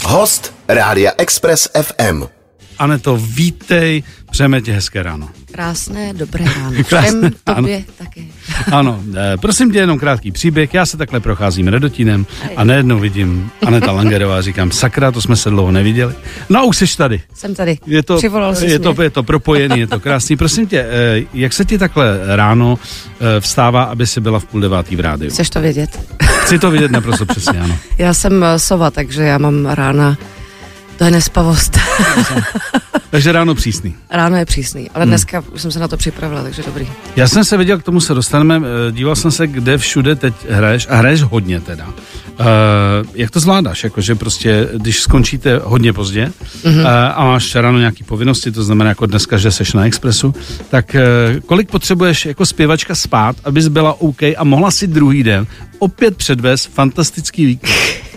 Host Rádia Express FM. Aneto, vítej, přejeme ti hezké ráno. Krásné, dobré ráno. Všem tobě také. Ano, prosím tě, jenom krátký příběh. Já se takhle procházím Radotínem a najednou vidím Aneta Langerová, říkám, sakra, to jsme se dlouho neviděli. No a už jsi tady. Jsem tady. Je to propojený, je to krásný. Prosím tě, jak se ti takhle ráno vstává, aby si byla v 8:30 v rádiu? Chceš to vědět? Chci to vědět naprosto přesně, ano. Já jsem sova, takže já mám rána, to je nespavost. Takže ráno přísný. Ráno je přísný, ale dneska už jsem se na to připravila, takže dobrý. Já jsem se viděl, k tomu se dostaneme, díval jsem se, kde všude teď hraješ a hraješ hodně teda. Jak to zvládáš? Jakože prostě, když skončíte hodně pozdě a máš ráno nějaký povinnosti, to znamená jako dneska, že seš na Expressu, tak kolik potřebuješ jako zpěvačka spát, abys byla OK a mohla si druhý den opět předvést fantastický výkon?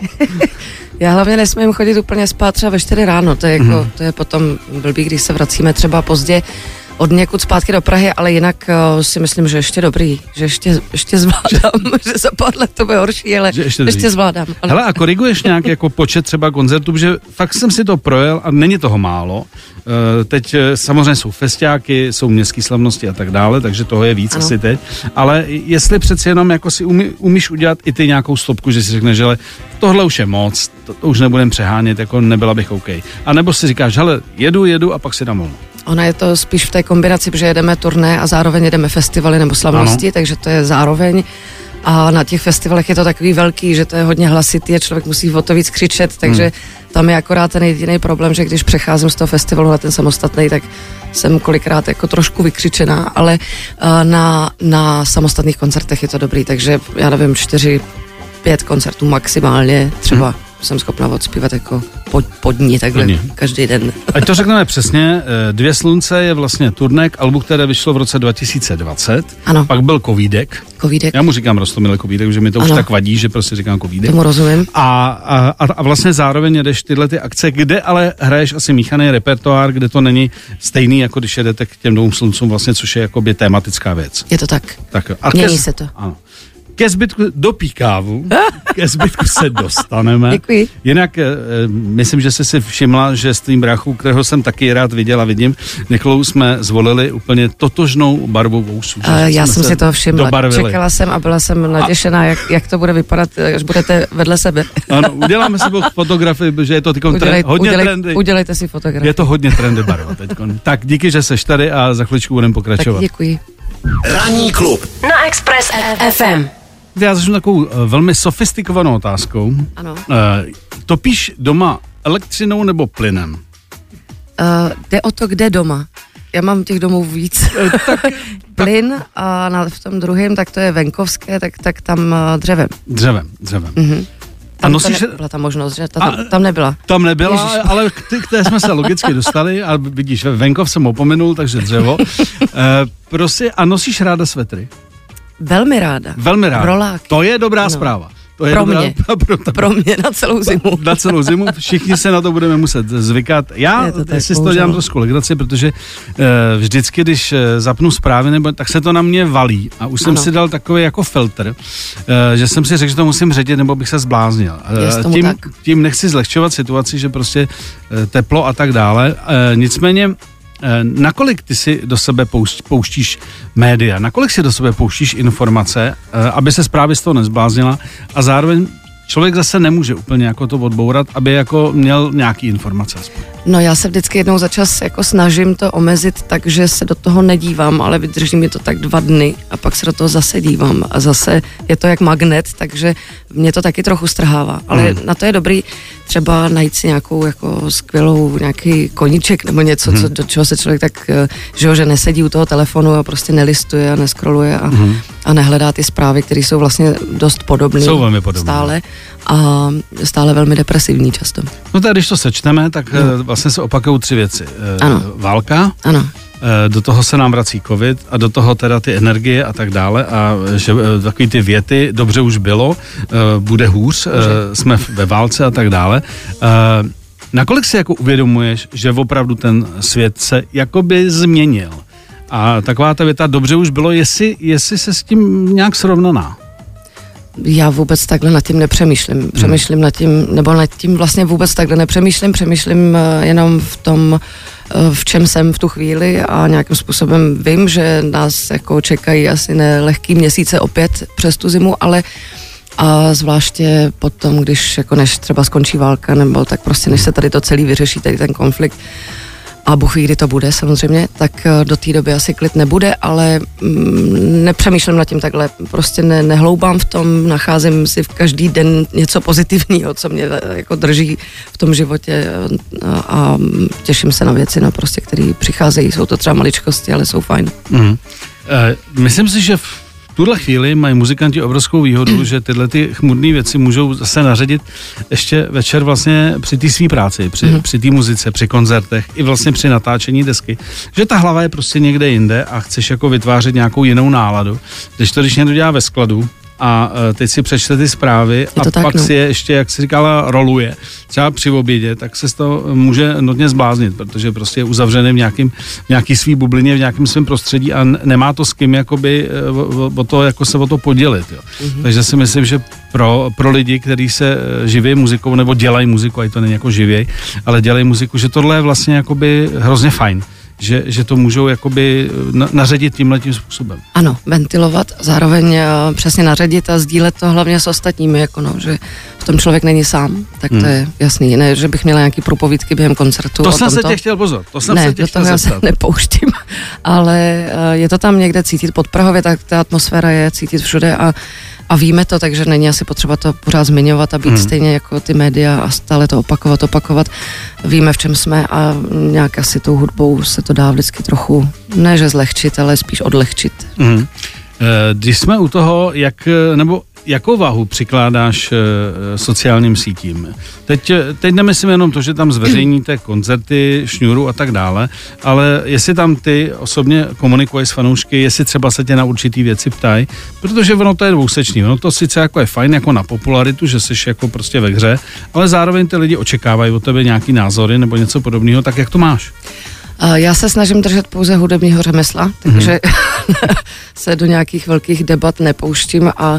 Já hlavně nesmím chodit úplně spát třeba ve 4 ráno, to je, jako, to je potom blbý, když se vracíme třeba pozdě od někud zpátky do Prahy, ale jinak si myslím, že ještě dobrý, že ještě zvládám, že za pár let to bude horší, ale ještě zvládám. Ale... Hele, a koriguješ nějak jako počet třeba koncertů, protože fakt jsem si to projel a není toho málo. Teď samozřejmě jsou festiáky, jsou městské slavnosti a tak dále, takže toho je víc asi teď. Ale jestli přeci jenom jako si umíš udělat i ty nějakou stopku, že si řekneš, že tohle už je moc, to už nebudem přehánět, jako nebyla bych OK. A nebo si říkáš, hele, jedu a pak si dám volno. Ona je to spíš v té kombinaci, protože jedeme turné a zároveň jedeme festivaly nebo slavnosti, takže to je zároveň. A na těch festivalech je to takový velký, že to je hodně hlasitý a člověk musí o to víc křičet, takže tam je akorát ten jediný problém, že když přecházím z toho festivalu na ten samostatný, tak jsem kolikrát jako trošku vykřičená, ale na samostatných koncertech je to dobrý, takže já nevím, 4-5 koncertů maximálně třeba jsem schopná odspívat jako po dní, takhle každý den. Ať to řekneme přesně, 2 slunce je vlastně turné k albu, které vyšlo v roce 2020. Ano. Pak byl Covídek. Já mu říkám Rostomile Covídek, že mi to už tak vadí, že prostě říkám Covídek. Tomu rozumím. A vlastně zároveň jedeš tyhle ty akce, kde ale hraješ asi míchaný repertoár, kde to není stejný, jako když jedete k těm 2 sluncům vlastně, což je jakoby tematická věc. Je to tak. Mění se to. Ano. Ke zbytku dopí kávu, ke zbytku se dostaneme. Děkuji. Jinak myslím, že jsi si všimla, že s tvým bráchou, kterého jsem taky rád viděl a vidím, Nikolou jsme zvolili úplně totožnou barvu vousů. Já jsem si to všimla. Dobarvili. Čekala jsem a byla jsem natěšená, jak to bude vypadat, až budete vedle sebe. Ano, uděláme si fotografii, že je to hodně trendy. Udělejte si fotografii. Je to hodně trendy barva teďko. Tak díky, že seš tady a za chviličku budeme pokračovat. Tak děkuji. Ranní klub na Express FM. Já začnu takovou velmi sofistikovanou otázkou. Ano. Topíš doma elektřinou nebo plynem? Jde o to, kde doma. Já mám těch domů víc. Plyn a v tom druhém, tak to je venkovské, tak tam dřevem. Dřevem. Tam nebyla ta možnost, že? Tam nebyla. Tam nebyla, ale k té jsme se logicky dostali a vidíš, venkov jsem opomenul, takže dřevo. Prosím, a nosíš ráda svetry? Velmi ráda. Roláky. To je dobrá zpráva. To je pro mě na celou zimu. Na celou zimu, všichni se na to budeme muset zvykat. Já si to dělám trošku legraci, protože vždycky, když zapnu zprávy, tak se to na mě valí. A už jsem si dal takový jako filtr, že jsem si řekl, že to musím ředit, nebo bych se zbláznil. Tím nechci zlehčovat situaci, že prostě teplo a tak dále. Nicméně nakolik ty si do sebe pouštíš média, nakolik si do sebe pouštíš informace, aby se právě z toho nezbláznila a zároveň člověk zase nemůže úplně jako to odbourat, aby jako měl nějaký informace aspoň. No já se vždycky jednou za čas jako snažím to omezit, takže se do toho nedívám, ale vydrží mi to tak 2 dny a pak se do toho zase dívám a zase je to jak magnet, takže mě to taky trochu strhává, ale na to je dobrý třeba najít si nějakou jako skvělou nějaký koníček nebo něco, do čeho se člověk tak, že nesedí u toho telefonu a prostě nelistuje a neskroluje a nehledá ty zprávy, které jsou vlastně dost podobné. Jsou velmi podobné. Stále a stále velmi depresivní často. No tak když to sečteme, tak vlastně se opakují 3 věci. Válka, do toho se nám vrací covid a do toho teda ty energie a tak dále a že takový ty věty, dobře už bylo, bude hůř, jsme ve válce a tak dále. Nakolik si jako uvědomuješ, že opravdu ten svět se jakoby změnil? A taková ta věta, dobře už bylo, jestli se s tím nějak srovnaná? Já vůbec takhle nad tím nepřemýšlím. Přemýšlím nad tím, nebo nad tím vlastně vůbec takhle nepřemýšlím. Přemýšlím jenom v tom, v čem jsem v tu chvíli a nějakým způsobem vím, že nás jako čekají asi nelehký měsíce opět přes tu zimu, ale a zvláště potom, když jako než třeba skončí válka, nebo tak prostě než se tady to celý vyřeší, tady ten konflikt, a Bůh ví, kdy to bude samozřejmě, tak do té doby asi klid nebude, ale nepřemýšlím nad tím takhle, prostě nehloubám v tom, nacházím si v každý den něco pozitivního, co mě jako drží v tom životě a těším se na věci, no prostě, které přicházejí, jsou to třeba maličkosti, ale jsou fajn. Myslím si, že v tuhle chvíli mají muzikanti obrovskou výhodu, že tyhle ty chmurné věci můžou zase naředit ještě večer vlastně při té své práci, při té muzice, při koncertech i vlastně při natáčení desky, že ta hlava je prostě někde jinde a chceš jako vytvářet nějakou jinou náladu, když někdo dělá ve skladu a teď si přečte ty zprávy a tak, pak si je ještě, jak si říkala, roluje, třeba při obědě, tak se z toho může nutně zbláznit, protože prostě je uzavřený v nějaký svý bublině, v nějakém svém prostředí a nemá to s kým jakoby o to, jako se o to podělit. Jo. Takže si myslím, že pro lidi, kteří se živí muzikou nebo dělají muziku, a to není jako živěj, ale dělají muziku, že tohle je vlastně jakoby hrozně fajn. Že to můžou jakoby naředit tímhletím způsobem. Ano, ventilovat, zároveň přesně naředit a sdílet to hlavně s ostatními, jako no, že v tom člověk není sám, tak to je jasný. Ne, že bych měla nějaký průpovídky během koncertu. To jsem se tě chtěl pozor, Ne, do toho já se nepouštím, ale je to tam někde cítit pod Prahově, tak ta atmosféra je cítit všude a víme to, takže není asi potřeba to pořád zmiňovat a být stejně jako ty média a stále to opakovat. Víme, v čem jsme a nějak asi tou hudbou se to dá vždycky trochu, ne že zlehčit, ale spíš odlehčit. Když jsme u toho, jakou váhu přikládáš sociálním sítím? Teď nemyslím jenom to, že tam zveřejníte koncerty, šňůru a tak dále, ale jestli tam ty osobně komunikuješ s fanoušky, jestli třeba se tě na určitý věci ptají, protože ono to je dvousečný. Ono to sice jako je fajn jako na popularitu, že jsi jako prostě ve hře, ale zároveň ty lidi očekávají od tebe nějaký názory nebo něco podobného, tak jak to máš? Já se snažím držet pouze hudebního řemesla, takže se do nějakých velkých debat nepouštím a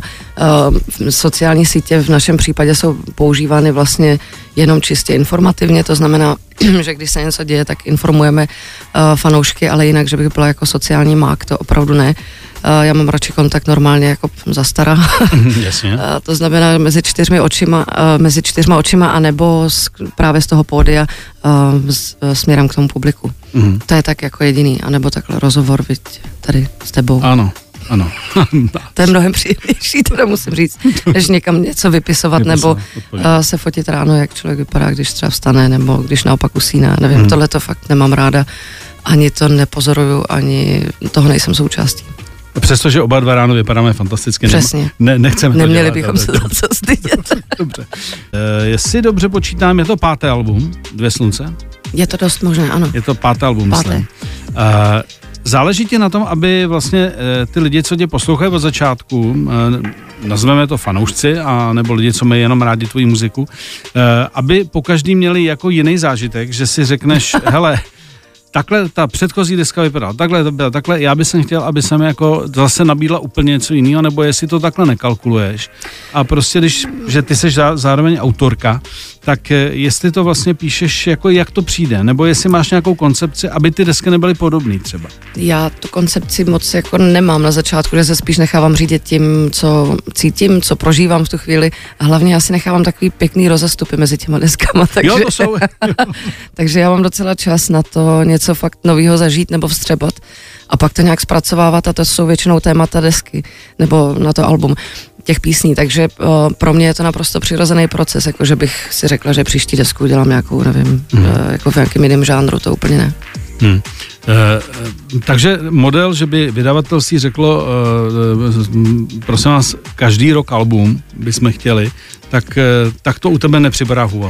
sociální sítě v našem případě jsou používány vlastně jenom čistě informativně, to znamená, že když se něco děje, tak informujeme fanoušky, ale jinak, že bych byla jako sociální mák, to opravdu ne. Já mám radši kontakt normálně jako za stara. Jasně. To znamená mezi čtyřma očima anebo právě z toho pódia směrem k tomu publiku. To je tak jako jediný, anebo takhle rozhovor, viď, tady s tebou. Ano. To je mnohem příjemnější, teda musím říct, než někam něco vypisovat nebo se fotit ráno, jak člověk vypadá, když třeba vstane, nebo když naopak usíná. Nevím, tohle to fakt nemám ráda, ani to nepozoruju, ani toho nejsem součástí. Přestože oba dva ráno vypadáme fantasticky. Přesně. Nechceme Neměli to dělat, bychom se za co stydět. Dobře. Jestli dobře počítám, je to 5. album, Dvě slunce? Je to dost možné, ano. Je to 5. album, myslím. Záleží ti na tom, aby vlastně ty lidi, co tě poslouchají od začátku, nazveme to fanoušci, a nebo lidi, co mají jenom rádi tvoji muziku, aby po každý měli jako jiný zážitek, že si řekneš, hele, takhle ta předchozí deska vypadala, takhle, já bych chtěl, aby se mi jako zase nabídla úplně něco jiného, nebo jestli to takhle nekalkuluješ. A prostě že ty seš zároveň autorka, tak jestli to vlastně píšeš, jako jak to přijde, nebo jestli máš nějakou koncepci, aby ty desky nebyly podobný třeba. Já tu koncepci moc jako nemám na začátku, že se spíš nechávám řídit tím, co cítím, co prožívám v tu chvíli a hlavně já si nechávám takový pěkný rozestupy mezi těma deskama, takže, jo, to jsou. takže já mám docela čas na to něco fakt novýho zažít nebo vstřebat a pak to nějak zpracovávat a to jsou většinou témata desky nebo na to album těch písní, takže pro mě je to naprosto přirozený proces, jako že bych si řekla, že příští desku udělám nějakou, nevím, jako v nějakém jiném žánru, to úplně ne. Takže model, že by vydavatelství řeklo, prosím vás, každý rok album bychom chtěli, tak to u tebe nepřipadá v úvahu.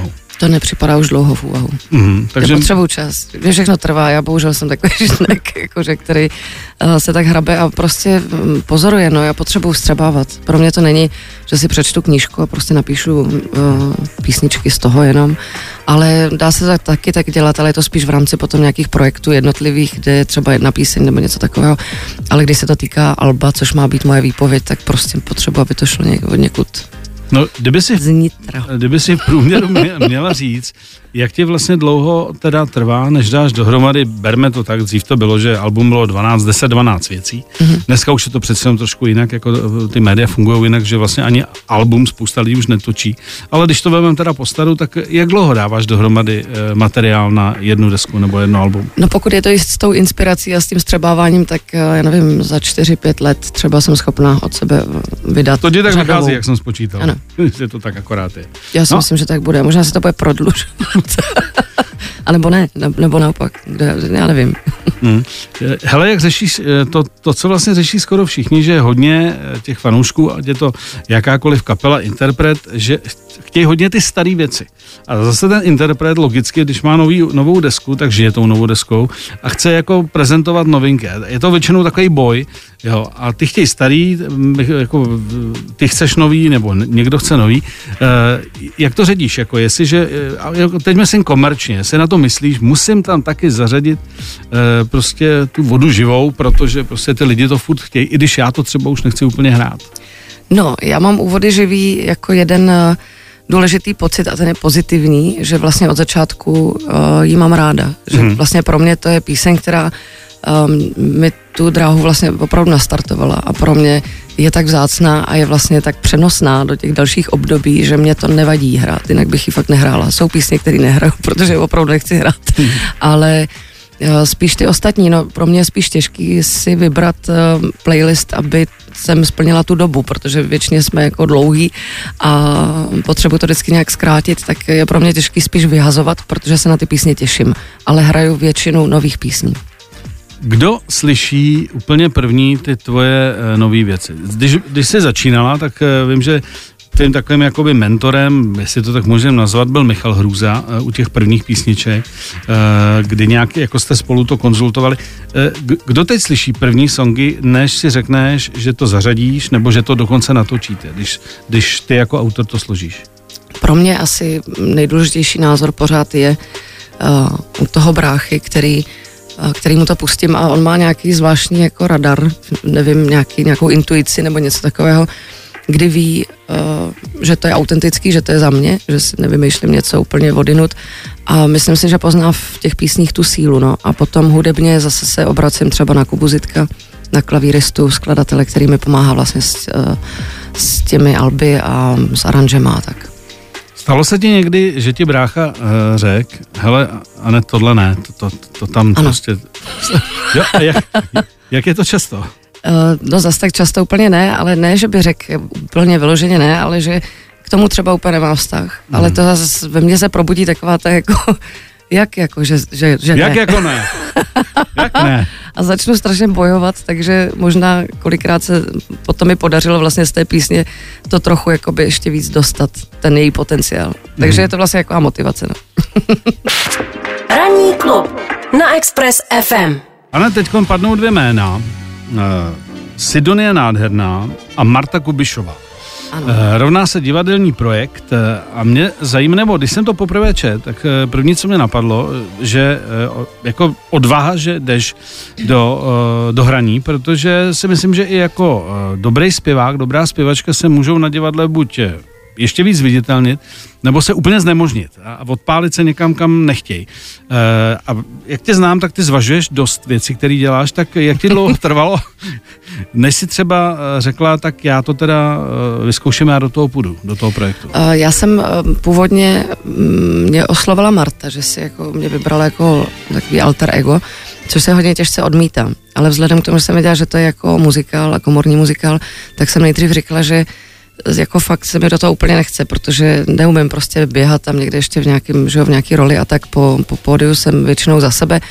To nepřipadá už dlouho v úvahu. Takže... Já potřebuju čas. Mě všechno trvá, já bohužel jsem takový žnek, jakože, který se tak hrabe a prostě pozoruje, no, já potřebuju vstřebávat. Pro mě to není, že si přečtu knížku a prostě napíšu písničky z toho jenom, ale dá se taky tak dělat, ale je to spíš v rámci potom nějakých projektů jednotlivých, kde je třeba jedna píseň nebo něco takového, ale když se to týká alba, což má být moje výpověď, tak prostě potřebuji, aby to šlo od někud. No, kdyby si v průměru měla říct, jak ti vlastně dlouho teda trvá, než dáš dohromady, berme to tak, dřív to bylo, že album bylo 12 věcí. Dneska už je to přece jenom trošku jinak, jako ty média fungují jinak, že vlastně ani album spousta lidí už netočí. Ale když to vezmeme teda po staru, tak jak dlouho dáváš dohromady materiál na jednu desku nebo jedno album? No pokud je to i s tou inspirací a s tím střebáváním, tak já nevím, za 4-5 let třeba jsem schopná od sebe vydat. To ti tak vychází, jak jsem spočítal. Ano. Že to tak akorát je. Já si myslím, že tak bude. Možná se to bude prodlužovat. A nebo ne, nebo naopak. Já nevím. Hele, jak řešíš to, co vlastně řeší skoro všichni, že hodně těch fanoušků, ať je to jakákoliv kapela, interpret, že chtějí hodně ty staré věci. A zase ten interpret logicky, když má novou desku, tak žije tou novou deskou a chce jako prezentovat novinky. Je to většinou takový boj, jo, a ty chtějí starý, jako ty chceš nový, nebo někdo chce nový. Jak to ředíš? Jako jestliže, teď myslím komerčně, jestli na to myslíš, musím tam taky zařadit prostě tu vodu živou, protože prostě ty lidi to furt chtějí, i když já to třeba už nechci úplně hrát. No, já mám u vody živý jako jeden důležitý pocit a ten je pozitivní, že vlastně od začátku jí mám ráda. Že vlastně pro mě to je píseň, která mi tu dráhu vlastně opravdu nastartovala a pro mě je tak vzácná a je vlastně tak přenosná do těch dalších období, že mě to nevadí hrát, jinak bych ji fakt nehrála. Jsou písně, které nehraju, protože opravdu nechci hrát, ale spíš ty ostatní, no pro mě je spíš těžký si vybrat playlist, aby jsem splnila tu dobu, protože většině jsme jako dlouhý a potřebuji to vždycky nějak zkrátit, tak je pro mě těžký spíš vyhazovat, protože se na ty písně těším, ale hraju většinu nových písní. Kdo slyší úplně první ty tvoje nové věci? Když jsi začínala, tak vím, že tvým takovým jakoby mentorem, jestli to tak můžeme nazvat, byl Michal Hrůza u těch prvních písniček, kdy nějak jako jste spolu to konzultovali. Kdo teď slyší první songy, než si řekneš, že to zařadíš, nebo že to dokonce natočíte, když ty jako autor to složíš? Pro mě asi nejdůležitější názor pořád je u toho bráchy, který mu to pustím a on má nějaký zvláštní jako radar, nevím, nějakou intuici nebo něco takového, kdy ví, že to je autentický, že to je za mě, že si nevymýšlím něco úplně odinut a myslím si, že pozná v těch písních tu sílu, no. A potom hudebně zase se obracím třeba na Kubu Zitka, na klavíristu, skladatele, který mi pomáhá vlastně s těmi alby a s aranžema a tak. Stalo se ti někdy, že ti brácha řekl, hele, a ne, tohle ne, to tam ano. Prostě... Jo, jak je to často? No zase tak často úplně ne, ale ne, že by řekl úplně vyloženě ne, ale že k tomu třeba úplně nemám vztah. Ale to zase ve mně se probudí taková ta jako, jak jako, že jak ne. Jako ne? Jak ne? A začnu strašně bojovat, takže možná kolikrát se potom mi podařilo vlastně z té písně to trochu jakoby ještě víc dostat, ten její potenciál. Takže je to vlastně jako motivace. No. Ranní klub na Express FM. Ano, teďkon padnou dvě jména. Sidonie Nádherná a Marta Kubišová. Rovná se divadelní projekt a mě zajímá, nebo když jsem to poprvé čet, tak první, co mě napadlo, že jako odvaha, že jdeš do hraní, protože si myslím, že i jako dobrý zpěvák, dobrá zpěvačka se můžou na divadle buď ještě víc viditelnit, nebo se úplně znemožnit a odpálit se někam, kam nechtějí. A jak tě znám, tak ty zvažuješ dost věcí, které děláš, tak jak ti dlouho trvalo, než si třeba řekla, tak já to teda vyzkouším, já do toho půjdu, do toho projektu. Já jsem původně, mě oslovila Marta, že si jako mě vybrala jako takový alter ego, což se hodně těžce odmítá. Ale vzhledem k tomu, že jsem věděla, že to je jako muzikál a komorní muzikál, tak jsem nejdřív říkala, že jako fakt se mi do toho úplně nechce, protože neumím prostě běhat tam někde ještě v nějaký roli a tak po pódiu jsem většinou za sebe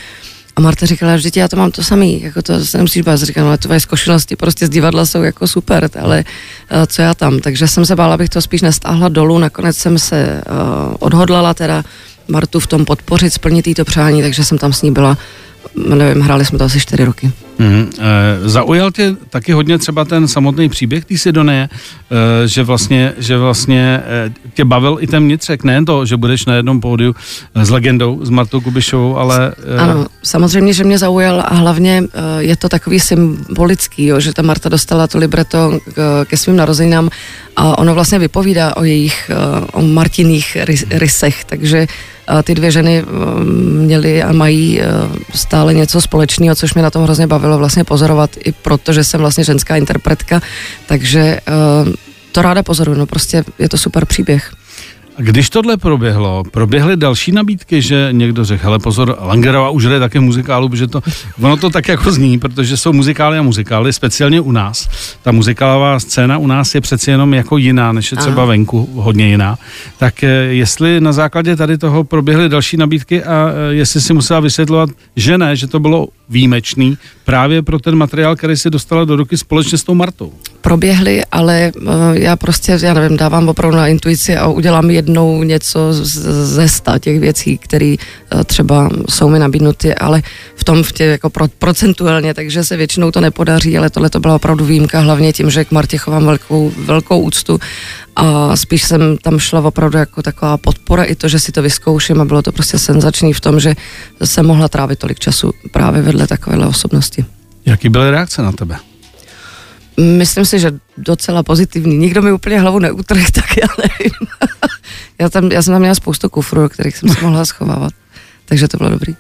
A Marta říkala, vždyť já to mám to samý, jako to se nemusíš bát. Říkala, ale tvoje zkušenosti prostě z divadla jsou jako super, ale co já tam. Takže jsem se bála, abych to spíš nestáhla dolů, nakonec jsem se odhodlala teda Martu v tom podpořit, splnit jí to přání, takže jsem tam s ní byla, nevím, hráli jsme to asi 4 roky. Zaujal tě taky hodně třeba ten samotný příběh té Sidonie, že vlastně tě bavil i ten vnitřek, nejen to, že budeš na jednom pódiu s legendou, s Martou Kubišovou, ale... Ano, samozřejmě, že mě zaujal a hlavně je to takový symbolický, jo, že ta Marta dostala to libreto ke svým narozeninám a ono vlastně vypovídá o Martiných rysech, takže ty 2 ženy měly a mají stále něco společného, což mě na tom hrozně bavilo vlastně pozorovat, i protože jsem vlastně ženská interpretka, takže to ráda pozoruju, no prostě je to super příběh. A když tohle proběhly další nabídky, že někdo řekl, hele pozor, Langerová už jde také muzikálu, protože ono to tak jako zní, protože jsou muzikály a muzikály, speciálně u nás. Ta muzikálová scéna u nás je přeci jenom jako jiná, než je třeba venku, hodně jiná. Tak jestli na základě tady toho proběhly další nabídky a jestli si musela vysvětlovat, že ne, že to bylo výjimečný právě pro ten materiál, který si dostala do ruky společně s tou Martou. Proběhly, ale já nevím, dávám opravdu na intuici a udělám jednou něco ze 100 těch věcí, které třeba jsou mi nabídnuty, ale v těch jako procentuálně, takže se většinou to nepodaří, ale tohle to byla opravdu výjimka, hlavně tím, že k Martě chovám velkou úctu a spíš jsem tam šla opravdu jako taková podpora i to, že si to vyzkouším a bylo to prostě senzační v tom, že jsem mohla trávit tolik času právě vedle takovéhle osobnosti. Jaký byly reakce na tebe? Myslím si, že docela pozitivní. Nikdo mi úplně hlavu neutrhl, tak já nevím. Já jsem tam měla spoustu kufrů, kterých jsem se mohla schovávat. Takže to bylo dobrý.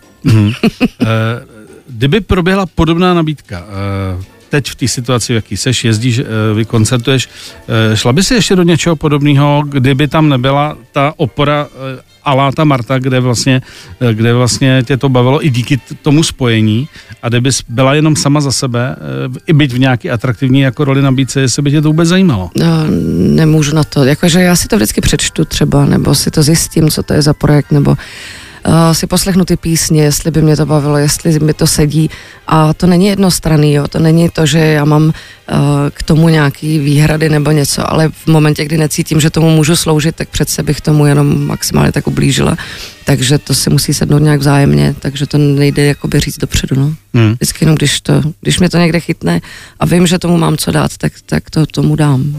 Kdyby proběhla podobná nabídka, teď v té situaci, v jaký seš, jezdíš, vykoncertuješ, šla by si ještě do něčeho podobného, kdyby tam nebyla ta opora alá ta Marta, kde vlastně tě to bavilo i díky tomu spojení a kdybys byla jenom sama za sebe, i byť v nějaký atraktivní jako roli nabídce, jestli by tě to vůbec zajímalo? No, nemůžu na to. Jakože já si to vždycky přečtu třeba, nebo si to zjistím, co to je za projekt, nebo si poslechnu ty písně, jestli by mě to bavilo, jestli mi to sedí. A to není jednostranný, jo. To není to, že já mám k tomu nějaký výhrady nebo něco, ale v momentě, kdy necítím, že tomu můžu sloužit, tak přece bych tomu jenom maximálně tak ublížila. Takže to si musí sednout nějak vzájemně, takže to nejde jakoby říct dopředu, no. Vždycky jenom, když mě to někde chytne a vím, že tomu mám co dát, tak to tomu dám.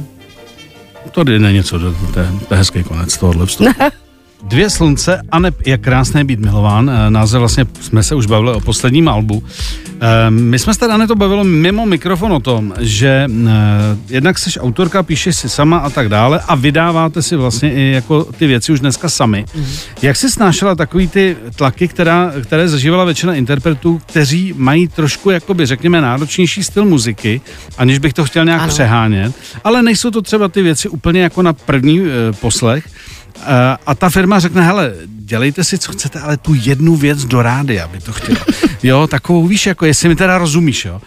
To jde něco, to je hezký konec tohohle vstupu. 2 slunce a neb, jak krásné být milován. Název vlastně jsme se už bavili o posledním albu. My jsme se tady, Aneto, bavilo mimo mikrofon o tom, že jednak jsi autorka, píšeš si sama a tak dále a vydáváte si vlastně i jako ty věci už dneska sami. Jak jsi snášela takový ty tlaky, které zažívala většina interpretů, kteří mají trošku, jakoby, řekněme, náročnější styl muziky, aniž bych to chtěl nějak přehánět, ale nejsou to třeba ty věci úplně jako na první poslech. A ta firma řekne, hele, dělejte si, co chcete, ale tu jednu věc do rádia by to chtěla. Jo, takovou, víš, jako jestli mi teda rozumíš, jo.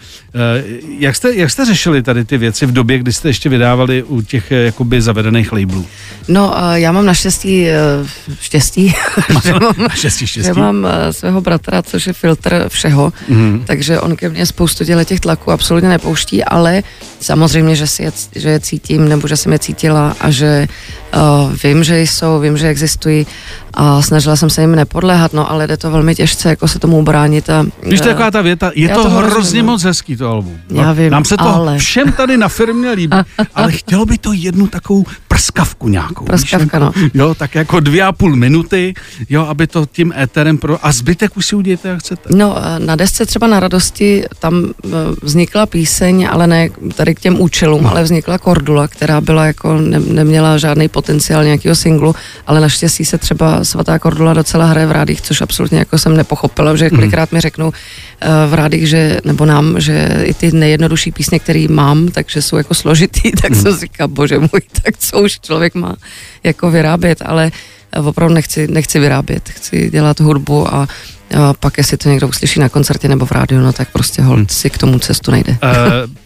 Jak jste řešili tady ty věci v době, kdy jste ještě vydávali u těch jakoby zavedených labelů? No, já mám naštěstí štěstí. Štěstí. Já mám svého bratra, což je filtr všeho, takže on ke mně spoustu těch tlaků absolutně nepouští, ale samozřejmě, že je cítím, nebo že jsem je cítila a že vím, že vím, že existují a snažila jsem se jim nepodléhat, no ale jde to velmi těžce, jako se tomu ubránit. Víš, to je taková ta věta, je to hrozně moc hezký to album. Já vím, nám se to všem tady na firmě líbí, ale chtělo by to jednu takovou prskavku nějakou. Prskavka, no. Jo, tak jako 2,5 minuty, jo, aby to tím éterem a zbytek už si udějte, jak chcete. No, na desce třeba Na radosti tam vznikla píseň, ale ne tady k těm účelům, ale vznikla Kordula, která byla jako, neměla žádný potenciál nějakého singlu, ale naštěstí se třeba Svatá Kordula docela hraje v rádích, což absolutně jako jsem nepochopila, že kolikrát mi řeknou v rádích, že, nebo nám, že i ty nejjednodušší písně, které mám, takže jsou jako složitý, tak jsem říkala, bože můj, tak co už člověk má jako vyrábět, ale opravdu nechci vyrábět, chci dělat hudbu a pak, jestli to někdo uslyší na koncertě nebo v rádiu, no tak prostě holt si k tomu cestu najde.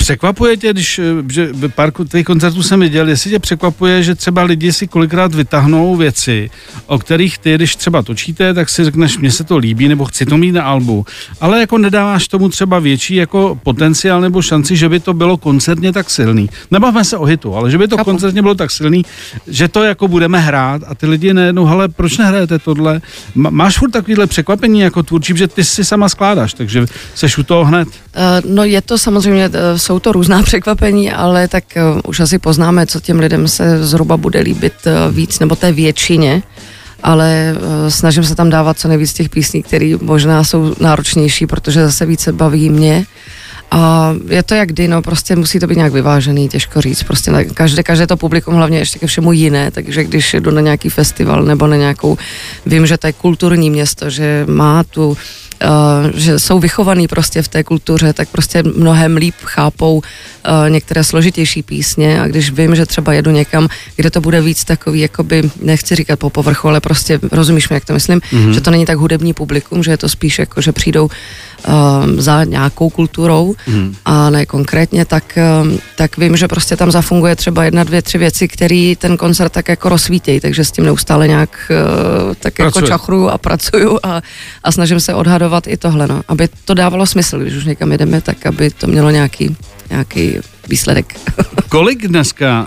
překvapuje tě, když že pár tvých koncertů jsem viděl, jestli tě překvapuje, že třeba lidi si kolikrát vytáhnou věci, o kterých ty, když třeba točíte, tak si řekneš, mně se to líbí, nebo chci to mít na albu, ale jako nedáváš tomu třeba větší jako potenciál nebo šanci, že by to bylo koncertně tak silný. Nebavme se o hitu, ale že by to koncertně bylo tak silný, že to jako budeme hrát a ty lidi nejednou, hele, proč nehrajete tohle? Máš furt takovýhle překvapení jako tvůrčí, že ty si sama skládáš, takže seš u toho hned. No je to samozřejmě, jsou to různá překvapení, ale tak už asi poznáme, co těm lidem se zhruba bude líbit víc, nebo té většině, ale snažím se tam dávat co nejvíc těch písní, které možná jsou náročnější, protože zase více baví mě. A je to jak kdy, no prostě musí to být nějak vyvážený, těžko říct, prostě každé to publikum hlavně ještě ke všemu jiné, takže když jdu na nějaký festival nebo na nějakou, vím, že to je kulturní město, že má tu že jsou vychovaný prostě v té kultuře, tak prostě mnohem líp chápou některé složitější písně a když vím, že třeba jedu někam, kde to bude víc takový, jakoby, nechci říkat po povrchu, ale prostě rozumíš mi, jak to myslím, že to není tak hudební publikum, že je to spíš jako, že přijdou za nějakou kulturou a ne konkrétně, tak vím, že prostě tam zafunguje třeba 1, 2, 3 věci, které ten koncert tak jako rozsvítějí, takže s tím neustále nějak tak jako čachruju a pracuju a snažím se odhadovat i tohle, no, aby to dávalo smysl, když už někam jedeme, tak aby to mělo nějaký výsledek. Kolik dneska,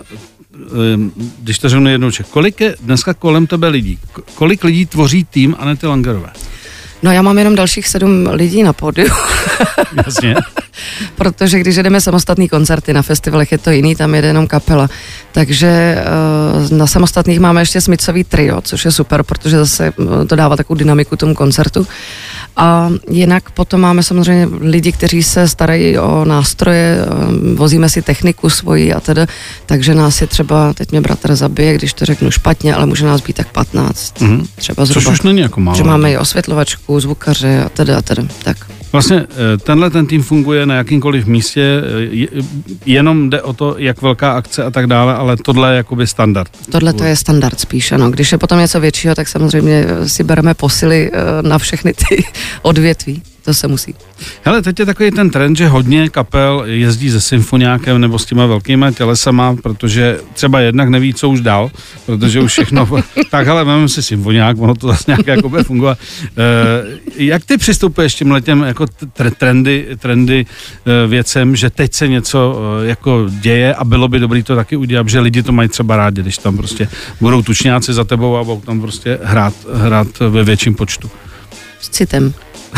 když to řeknu jednou, kolik je dneska kolem tebe lidí? Kolik lidí tvoří tým Anety Langerové? No já mám jenom dalších 7 lidí na pódiu. Jasně. Protože když jedeme samostatný koncerty, na festivalech je to jiný, tam jede jenom kapela. Takže na samostatných máme ještě Smithsový trio, což je super, protože zase to dává takovou dynamiku tomu koncertu. A jinak potom máme samozřejmě lidi, kteří se starají o nástroje, vozíme si techniku svoji a teda, takže nás je třeba, teď mě bratr zabije, když to řeknu špatně, ale může nás být tak 15. Třeba zhruba. Což už není jako málo. Že máme i osvětlovačku, zvukaře a teda, tak. Vlastně ten tým funguje na jakýmkoliv místě, jenom jde o to, jak velká akce a tak dále, ale tohle je jakoby standard. Tohle to je standard spíš, ano. Když je potom něco většího, tak samozřejmě si bereme posily na všechny ty odvětví. To se musí. Hele, teď je takový ten trend, že hodně kapel jezdí se symfoniákem nebo s těma velkýma tělesama, protože třeba jednak neví, co už dál, protože už všechno... tak hele, máme si symfoniák, ono to zase nějak jako bude fungovat. Jak ty přistupuješ těm letem jako trendy věcem, že teď se něco jako děje a bylo by dobré to taky udělat, že lidi to mají třeba rádi, když tam prostě budou tučňáci za tebou a budou tam prostě hrát ve větším počtu. S citem.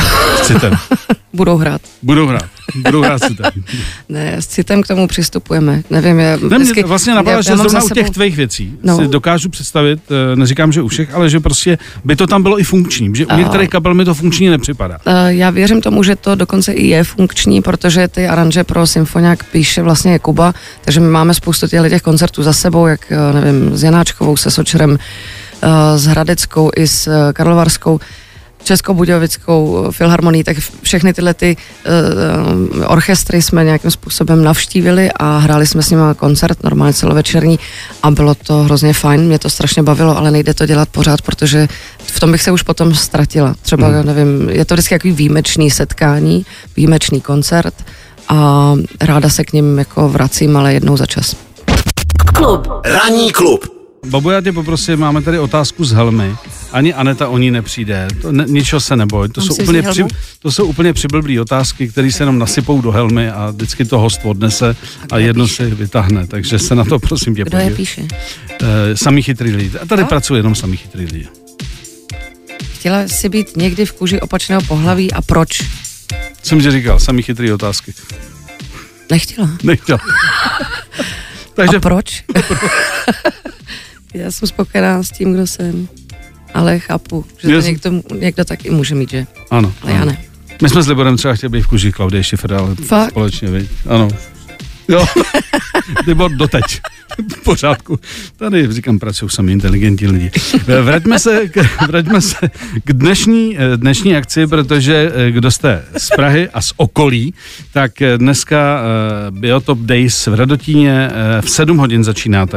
Budou hrát s citem. Ne, s citem k tomu přistupujeme. Nevím, mě vlastně napadá, že zrovna u těch tvých věcí si dokážu představit, neříkám, že u všech, ale že prostě by to tam bylo i funkční, že u některých kapel mi to funkční nepřipadá. Já věřím tomu, že to dokonce i je funkční, protože ty aranže pro symfoniák píše vlastně Jakuba, takže my máme spoustu těch koncertů za sebou, jak nevím, s Janáčkovou, se Sočerem, s Hradeckou i s Karlovarskou, Českobudějovickou filharmonii, tak všechny tyhle ty orchestry jsme nějakým způsobem navštívili a hráli jsme s nimi koncert, normálně celovečerní a bylo to hrozně fajn, mě to strašně bavilo, ale nejde to dělat pořád, protože v tom bych se už potom ztratila. Třeba, nevím, je to vždycky takový výjimečný setkání, výjimečný koncert a ráda se k nim jako vracím, ale jednou za čas. Ranní klub. Babu, já tě poprosím, máme tady otázku z helmy. Ani Aneta o ní nepřijde, ničeho se neboj. To jsou úplně přiblblý otázky, které se jenom nasypou do helmy a vždycky to host odnese a jedno si vytáhne, takže se na to prosím tě podívej. Kdo je píše? Samý chytrý lidi. A tady pracuje jenom samý chytrý lidi. Chtěla jsi být někdy v kůži opačného pohlaví a proč? Jsem ti říkal, samý chytrý otázky. Nechtěla. Takže... A proč? Já jsem spokojená s tím, kdo jsem, ale chápu, že to někdo taky může mít, že? Ano. Ale já ne. My jsme s Liborem třeba chtěli být v kůži Klaudie Schiffer, ale fakt? Společně, viď? Ano. Jo, Libor doteď. V pořádku. Tady, říkám, pracují sami inteligentní lidi. Vraťme se k dnešní akci, protože kdo jste z Prahy a z okolí, tak dneska Biotop Days v Radotíně v 7 hodin začínáte.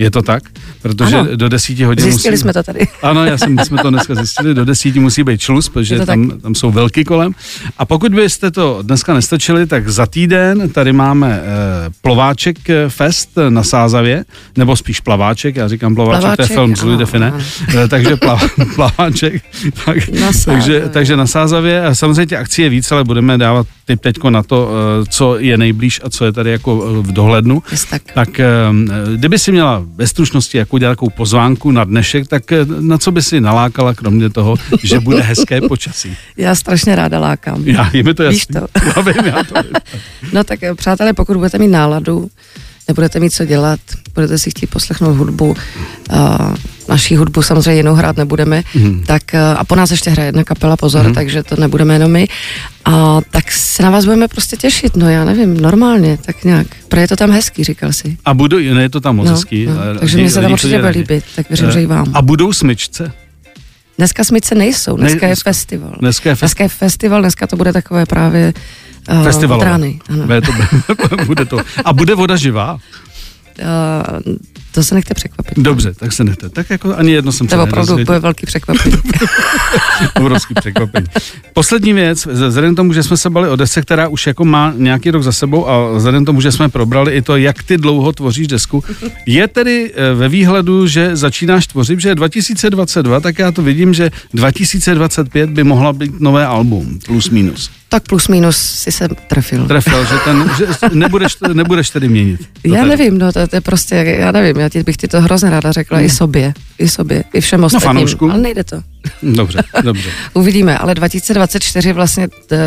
Je to tak? Protože ano. do 10 hodin Zjistili jsme to tady. Ano, jsme to dneska zjistili, do 10 musí být šluz, protože tam jsou velký kolem. A pokud byste to dneska nestačili, tak za týden tady máme Plováček fest na Sázavě, nebo spíš Plaváček, já říkám Plováček, to je film z Louis Define, takže Plaváček. Takže na Sázavě, samozřejmě těch akcí je víc, ale budeme dávat tip teďko na to, co je nejblíž a co je tady jako v dohlednu. Tak kdyby si měla ve stručnosti jako udělat takovou pozvánku na dnešek, tak na co by si nalákala, kromě toho, že bude hezké počasí? Já strašně ráda lákám. Je mi to jasný. Víš to? Já to vím. No tak přátelé, pokud budete mít náladu, nebudete mít co dělat, budete si chtít poslechnout hudbu, naší hudbu samozřejmě jinou hrát nebudeme, tak a po nás ještě hraje jedna kapela, pozor, takže to nebudeme jenom my, a tak se na vás budeme prostě těšit, no já nevím, normálně, tak nějak, protože je to tam hezký, říkal si. A je to tam moc hezký. Takže mě se tam určitě bude líbit, tak věřím, že i vám. A budou smyčce? Dneska smyčce nejsou, dneska je festival. Dneska je festival, dneska to bude takové právě festivalové. Bude to. A bude voda živá? To se nechte překvapit. Dobře, tak se nechte. Tak jako ani jedno jsem se nedozvěděl. To opravdu bude velký překvapení. Obrovský překvapení. Poslední věc, vzhledem k tomu, že jsme se bavili o desce, která už jako má nějaký rok za sebou, a vzhledem k tomu, že jsme probrali i to, jak ty dlouho tvoříš desku, je tedy ve výhledu, že začínáš tvořit, že 2022, tak já to vidím, že 2025 by mohla být nové album, plus minus. Tak plus minus si se trefil. Že nebudeš tedy měnit. Já nevím, no to je prostě, já nevím, já bych ti to hrozně ráda řekla i sobě, i všem ostatním, fanoušku. Ale nejde to. Dobře. Uvidíme, ale 2024 vlastně,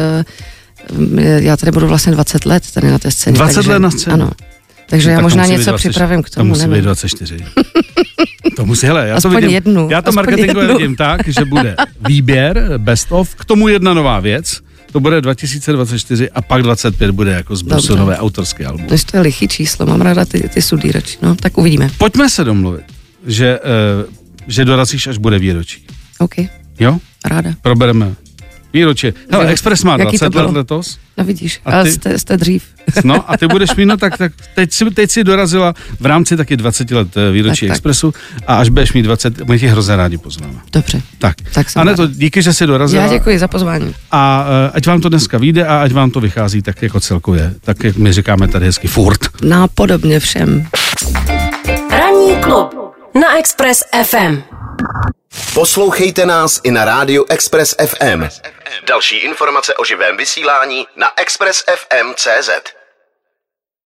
já tady budu vlastně 20 let tady na té scéně. 20 let na scéně? Ano. Takže já možná něco připravím k tomu. To musí být 24. To musí, hele, já to marketingově vidím tak, že bude výběr, best of, k tomu jedna nová věc, to bude 2024 a pak 25 bude jako zbrusu nové autorské album. To je lichý číslo, mám ráda ty sudírači, no, tak uvidíme. Pojďme se domluvit, že dorazíš, až bude výročí. OK. Jo? Ráda. Probereme výročí. Hele, Express má 20 let letos. No vidíš, ale jste dřív. No a ty budeš mít, no tak teď si dorazila v rámci taky 20 let výročí Expressu a až budeš mít 20, my ti hrozně rádi pozváme. Dobře. Tak Aneto, díky, že jsi dorazila. Já děkuji za pozvání. A ať vám to dneska vyjde a ať vám to vychází tak jako celkově, tak jak my říkáme tady hezky furt. Nápodobně všem. Ranní klub na Express FM. Poslouchejte nás i na rádiu Express FM. Další informace o živém vysílání na expressfm.cz.